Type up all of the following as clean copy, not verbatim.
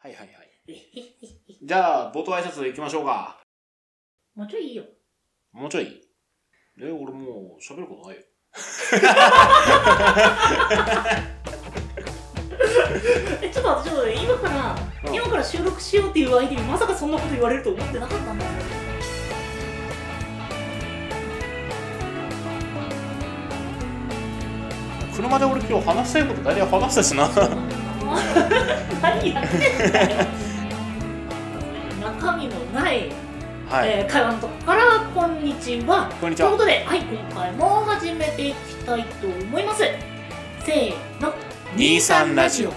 はいはいはい。じゃあ、冒頭挨拶行きましょうか。 もうちょいいいよ。 もうちょい。俺もう喋ることないよ。 ちょっと待って、今から収録しようっていう相手にまさかそんなこと言われると思ってなかったんだよ。 車で俺今日話したいこと大体話したしな。 何やってんだよ。中身のない、会話のとこからこんにちは。 こんにちは。 ということで、はい、今回も始めていきたいと思います。せーの、 23ラジオ。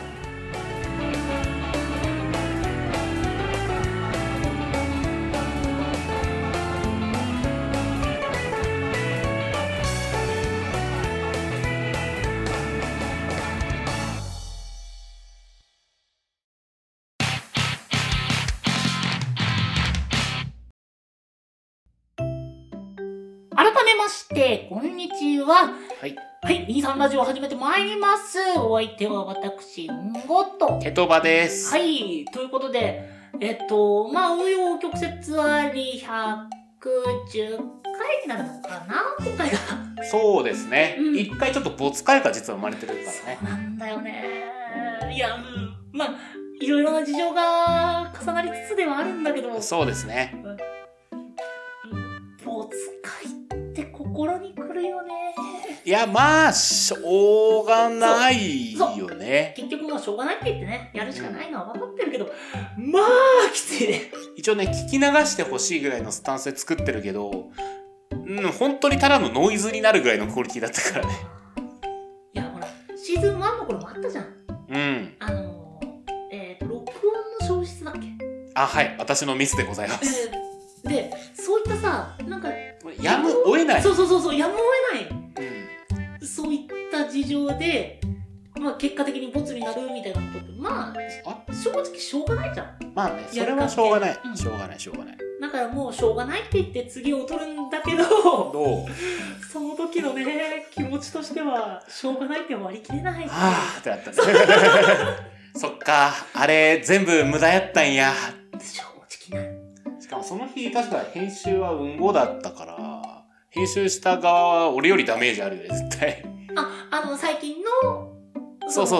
改めまして、こんにちは。 はい。 はい、23ラジオ始めてまいります。お相手は私、んごと。 ケトバです。 はい、ということで、紆余曲折あり110回になるのかな、今回が。 そうですね。一回ちょっと没回が実は生まれてるからね。 そうなんだよね。いや、いろいろな事情が重なりつつではあるんだけど。 そうですね。 没回って心にくるよね。 いや、しょうがないよね。 結局もうしょうがないって言ってね、やるしかないのは分かってるけど、きついね。 一応ね、聞き流してほしいぐらいのスタンスで作ってるけど、本当にただのノイズになるぐらいのクオリティだったからね。 いや、ほら、シーズン1の頃もあったじゃん。録音の消失だっけ？ はい、私のミスでございます。 で、そういったさ、なんかやむを得ない。 そう、やむを得ない。そういった事情で、結果的にボツになるみたいなことって、正直しょうがないじゃん。 それはしょうがない。しょうがない。 だからもうしょうがないって言って次を取るんだけど、その時のね、気持ちとしては、しょうがないって割り切れない。 ってなったね。そっか、あれ全部無駄やったんや。 正直ね。 しかもその日確か編集は運動だったから、編集した側は俺よりダメージあるよね、絶対。 最近の。 そう。 正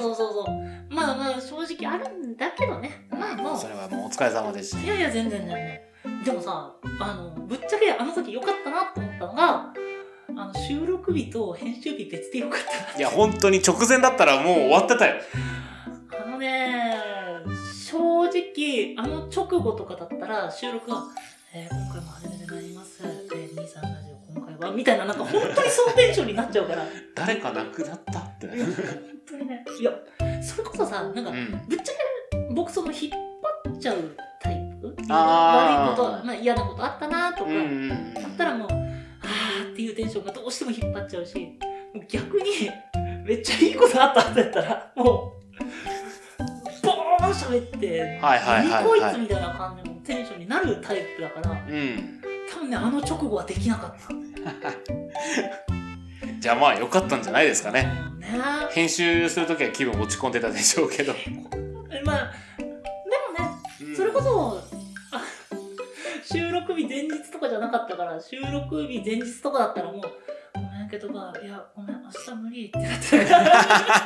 直あるんだけどね。もう。 それはもうお疲れ様ですし。 いや、全然。でもさ、ぶっちゃけあの時良かったなって思ったのが、収録日と編集日別で良かったな。 いや、本当に直前だったらもう終わってたよ。 正直、直後とかだったら収録が、今回も初めてになります。23ラジオ今回はみたいな、なんか本当にそのテンションになっちゃうから。 誰か亡くなったって。 いや、本当にね。いや、それこそさ、なんか、ぶっちゃけ僕その引っ張っちゃうタイプ？悪いこと、嫌なことあったなとか、だったらもう、っていうテンションがどうしても引っ張っちゃうし、もう逆に、めっちゃいいことあったってやったら、もう、ボーン喋って、何こいつみたいな感じのテンションになるタイプだから、多分ね、あの直後はできなかった。 じゃあ良かったんじゃないですかね。編集するときは気分落ち込んでたでしょうけど。 でもね、それこそ、収録日前日とかじゃなかったから、収録日前日とかだったらもう、ごめんけどいや、ごめん、明日無理ってなってたから。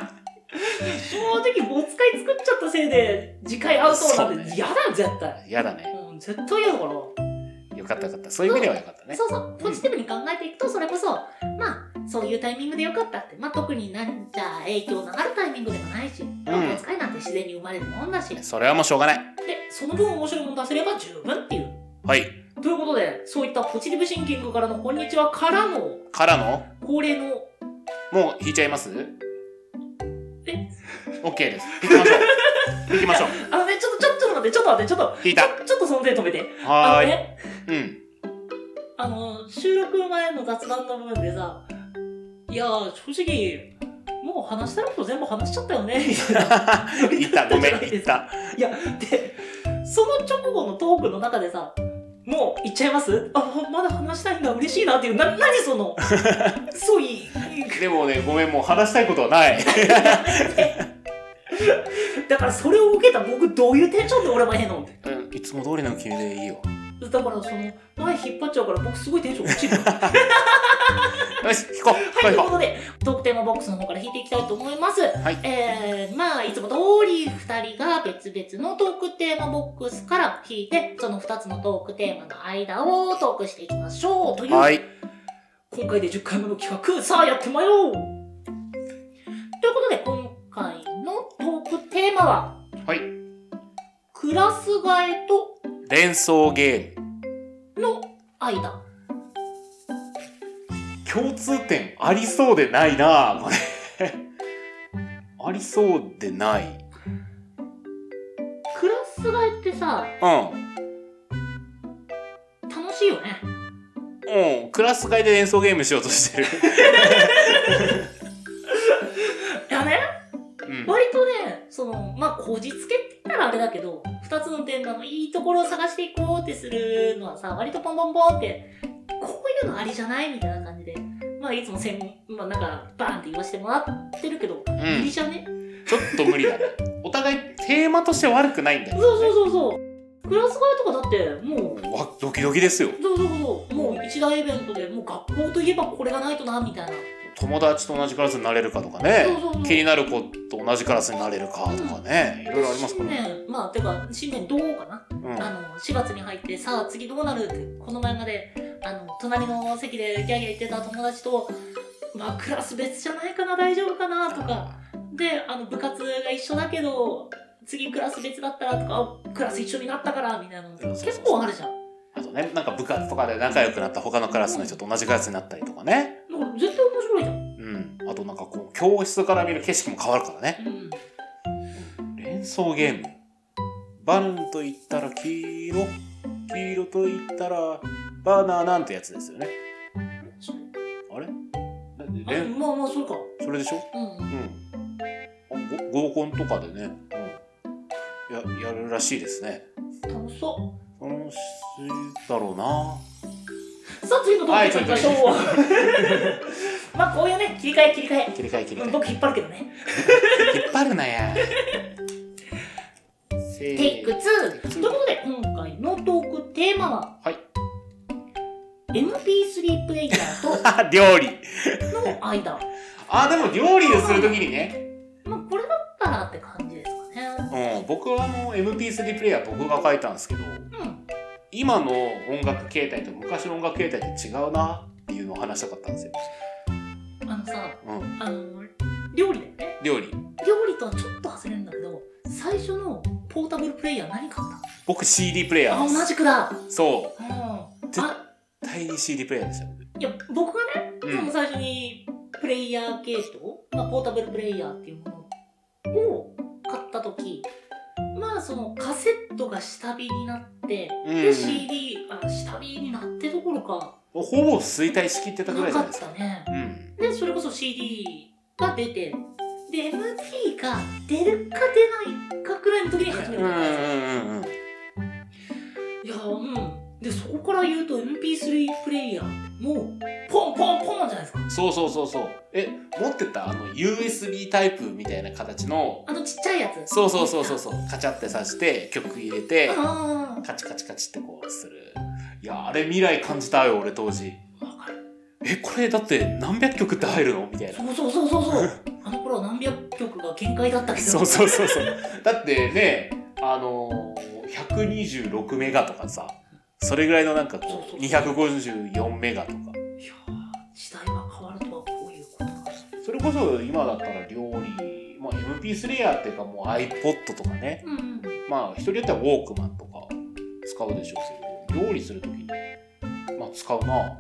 正直、没回作っちゃったせいで、次回アウトなんて嫌だ、絶対。 嫌だね。 絶対嫌だから。 よかった。そういう意味ではよかったね。 そう、ポジティブに考えていくと、それこそ、そういうタイミングでよかったって。特に影響のあるタイミングでもないし、没回なんて自然に生まれるもんだし。 それはもうしょうがない。 で、その分面白いもの出せれば十分っていう。 はい。 ということで、そういったポジティブシンキングからのこんにちはからの恒例のもう弾いちゃいます？OK です。弾きましょう。 ちょっと待って。 弾いた。 ちょっとその手止めて。収録前の雑談の部分でさ、いや正直、もう話したいこと全部話しちゃったよね、みたいな。 言った、ごめん、言った。 いや、で、その直後のトークの中でさ、もう行っちゃいます？まだ話したいんだ、嬉しいなっていう、何その、そういい。 でもね、ごめん、もう話したいことはない。 だからそれを受けた僕どういうテンションでおればいいのって。 いつも通りの君でいいよ。 だからその前引っ張っちゃうから僕すごいテンション落ちる。 よし、引こう。 はい、ということでトークテーマボックスの方から引いていきたいと思います。 はい。 まあいつも通り2人が別々のトークテーマボックスから引いて、その2つのトークテーマの間をトークしていきましょうという、 はい、 今回で10回目の企画、さあやってまいろうということで、今回のトークテーマは、 はい、 クラス替えと連想ゲームの間。 共通点ありそうでないなこれ。ありそうでない。 クラス替えってさ、楽しいよね。 クラス替えで連想ゲームしようとしてる。 いやね、割とね、そのまあこじつけって言ったらあれだけど、2つのテーマのいいところを探していこうってするのはさ、割とポンポンポンってこういうのありじゃないみたいな感じで、まあいつもまあなんかバーンって言わせてもらってるけど、無理じゃね？ ちょっと無理だね。お互いテーマとして悪くないんだよね。 そう。クラス替えとかだってもうドキドキですよ。 そうもう一大イベントでもう学校といえばこれがないとなみたいな。 友達と同じクラスになれるかとかね、気になる子と同じクラスになれるかとかね、いろいろありますからね。 まあてか新年どうかな、4月に入ってさあ次どうなるって、この前まで隣の席でギャーギャー言ってた友達と、まあクラス別じゃないかな、大丈夫かなとかで、部活が一緒だけど次クラス別だったらとか、クラス一緒になったからみたいなの結構あるじゃん。 あとね、なんか部活とかで仲良くなった他のクラスの人と同じクラスになったりとかね。 絶対面白いじゃん。 あとなんかこう教室から見る景色も変わるからね。連想ゲーム。バナナと言ったら黄色、黄色と言ったらバナナってやつですよね。あれ？ まあそれか。 それでしょ？合コンとかでね、やるらしいですね。 楽しそう。 楽しいだろうな。 さあ次のトークに行きましょう。まあこういうね、切り替え。僕引っ張るけどね。 引っ張るなや。 テイク2。ということで今回のトークテーマは、 はい、 MP3 プレイヤーと料理の間。 でも料理をするときにね。 まあこれだったらって感じですかね。 僕はMP3 プレイヤー僕が書いたんですけど、今の音楽形態と昔の音楽形態って違うなっていうのを話したかったんですよ。 料理だよね。 料理とはちょっと外れるんだけど、最初のポータブルプレイヤー何買った？ 僕 CD プレイヤーです。 同じくだ。 そう。絶対に CD プレイヤーでした。 いや、僕がね、その最初にプレイヤー系統、ポータブルプレイヤーっていうものを買ったとき、まあそのカセットが下火になって、で CD 下火になってどころかほぼ衰退しきってたぐらいじゃないですか。 なかったね。でそれこそ CD が出て、で MD が出るか出ないかくらいの時に始めたんですよ。いやでそこから言うと MP3 プレイヤーもうポンポンポンじゃないですか。 そう。持ってたUSB タイプみたいな形のちっちゃいやつ。 そう。カチャって挿して曲入れてカチカチってこうする。いやあれ未来感じたよ俺当時。 わかる。 これだって何百曲って入るのみたいな。 そうあの頃は何百曲が限界だったけど。 そうだってね126メガとかさ、それぐらいのなんかこう254メガとか。いや時代が変わるとはこういうことか。 それこそ今だったら料理、MP3 ヤーっていうかもう iPod とかね、人によってはウォークマンとか使うでしょうけど、料理するときに使うな。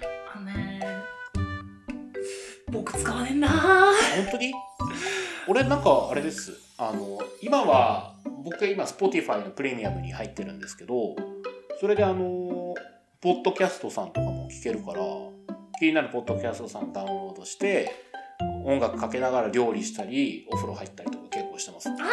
僕使わねえんだ。 本当に？俺なんかあれです。今は僕が今 Spotify のプレミアムに入ってるんですけど、それでポッドキャストさんとかも聞けるから、気になるポッドキャストさんダウンロードして音楽かけながら料理したりお風呂入ったりとか結構してます。 はい。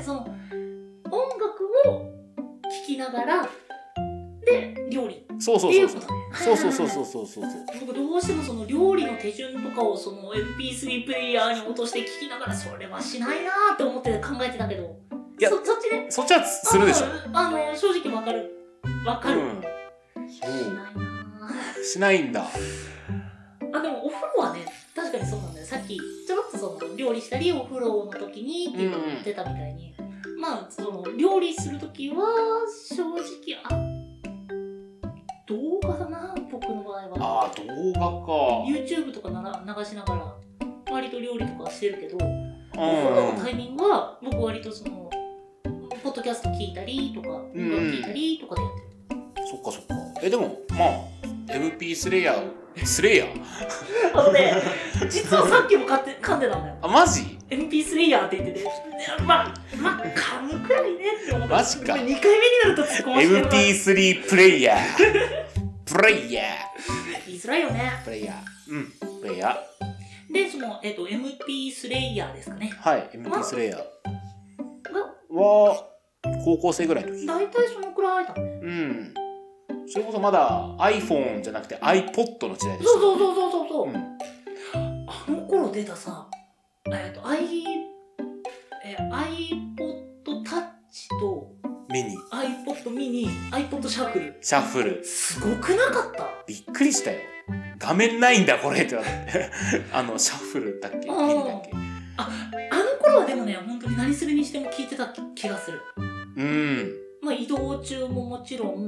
その音楽を聴きながらで料理。 そう。 そう僕どうしてもその料理の手順とかをその MP3 プレイヤーに落として聞きながらそれはしないなーって思って考えてたけど、 いやそっちね。 そっちはするでしょ。 正直わかる。 そうしないなー。 しないんだ。 でもお風呂はね、確かにそうなんだよ。さっきちょろっとその料理したりお風呂の時にって言ってたみたいに、まあその料理する時は正直動画だな、僕の場合は。 動画か。 YouTube とか流しながら割と料理とかしてるけど、お風呂のタイミングは僕割とそのポッドキャスト聞いたりとか音楽聞いたりとかでやってる。 そっか。でもまあ MP スレイヤー実はさっきも噛んでたんだよ。 マジ？ MP スレイヤーって言ってて、まあ噛むくらいねって思った。 マジか。2 回目になると突っ込ませてる。 MP3 プレイヤー言いづらいよね。 プレイヤーで、そのMP スレイヤーですかね。 はい、MP スレイヤーは高校生ぐらいの時。 大体そのくらいだね。 それこそまだ iPhone じゃなくて iPod の時代です。 そう。あの頃出たさ、iPod Touch とミニ、 iPod mini、iPod シャッフル。すごくなかった？ びっくりしたよ。画面ないんだこれってなって。シャッフルだっけ？ミニだっけ？ あの頃はでもね、本当に何するにしても聞いてた気がする。まあ移動中ももちろん、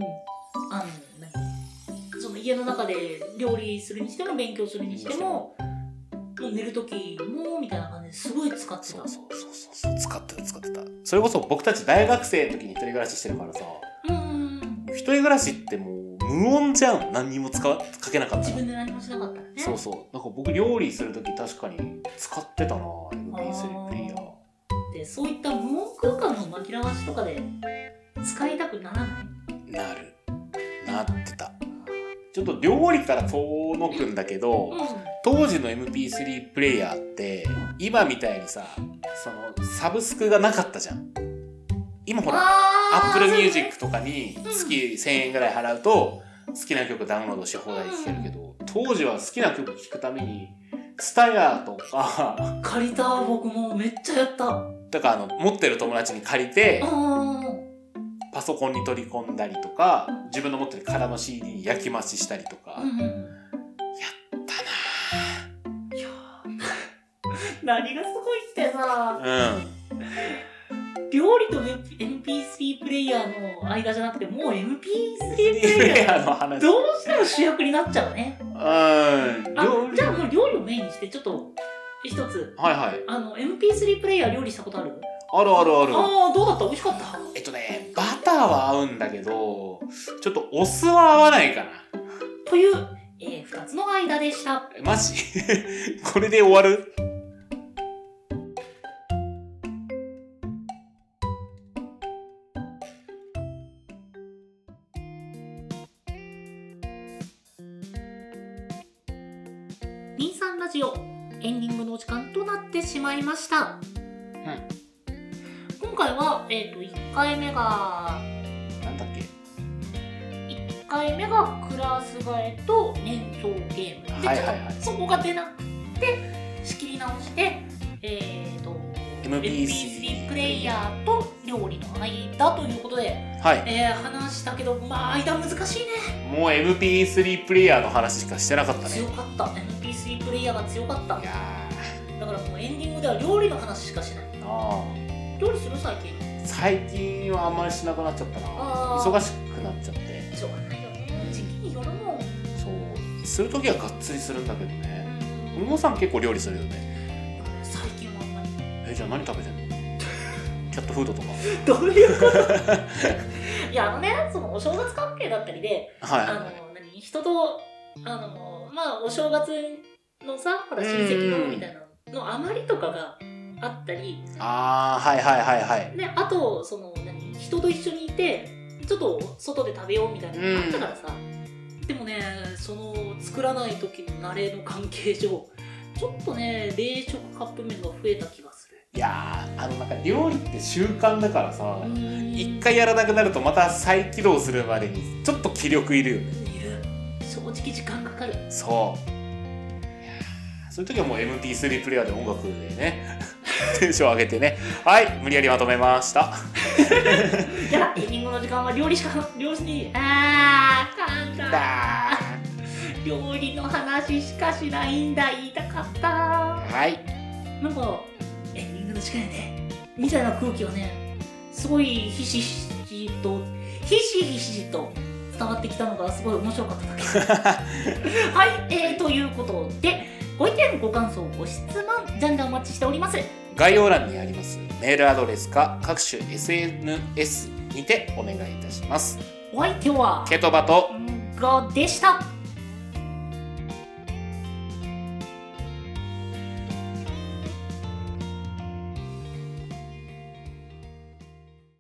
その家の中で料理するにしても勉強するにしても、もう寝る時もみたいな感じですごい使ってた。 そう使ってた。それこそ僕たち大学生の時に一人暮らししてるからさ、一人暮らしってもう無音じゃん。何にもかけなかった。 自分で何もしなかったらね。 なんか僕料理する時確かに使ってたな MP3 プレイヤーで。そういった無音空間の紛らわしとかで使いたくならない？ なってた。ちょっと料理から遠のくんだけど、当時の MP3 プレイヤーって今みたいにさ、そのサブスクがなかったじゃん。今ほら Apple Music とかに月1000円ぐらい払うと好きな曲ダウンロードし放題で聴けるけど、当時は好きな曲聴くためにTSUTAYAとか借りた。僕もめっちゃやった。 だから持ってる友達に借りてパソコンに取り込んだりとか、自分の持ってる空の CD に焼き増ししたりとか、やったな。 いや何がすごいってさ、料理と MP3 プレイヤーの間じゃなくて、もう MP3 プレイヤーの話どうしても主役になっちゃうね。じゃあもう料理をメインにしてちょっと一つ。MP3 プレイヤー料理したことある？ ある。 どうだった？美味しかった？ バターは合うんだけど、ちょっとお酢は合わないかな。 という、2つの間でした。 マジ？これで終わる？ 23ラジオエンディングのお時間となってしまいました。今回は、1回目がなんだっけ 1回目がクラス替えと連想ゲームで、ちょっとそこが出なくて仕切り直して、MP3 プレイヤーと料理の間ということで、話したけど、間難しいね。 もう MP3 プレイヤーの話しかしてなかったね。 強かった。 MP3 プレイヤーが強かった。だからもうエンディングでは料理の話しかしない。料理する？最近はあんまりしなくなっちゃったな。忙しくなっちゃって。しょうがないよね。時期によるもん。 そうするときはがっつりするんだけどね。ももさん結構料理するよね。 最近はあんまり。 じゃあ何食べてんの？キャットフードとか。 どういうこと？いやそのお正月関係だったりで、人とお正月のさ、ほら親戚のみたいなの余りとかがあったり、であとその人と一緒にいてちょっと外で食べようみたいなのがあったからさ、でもね、その作らない時の慣れの関係上、ちょっとね冷食カップ麺が増えた気がする。 いやなんか料理って習慣だからさ、一回やらなくなるとまた再起動するまでにちょっと気力いるよね。 いる。正直時間かかる。 そういう時はもう MT3 プレイヤーで音楽でねテンション上げてね。はい、無理やりまとめました。 じゃあエンディングの時間は料理しか噛んだ。料理の話しかしないんだ、言いたかった。 はい。 なんかエンディングの時間やねみたいな空気がね、すごいひしひしと伝わってきたのがすごい面白かっただけ。はい、ということで、ご意見ご感想ご質問じゃんじゃんお待ちしております。 概要欄にありますメールアドレスか各種 SNS にてお願いいたします。 お相手はケトバとゴでした。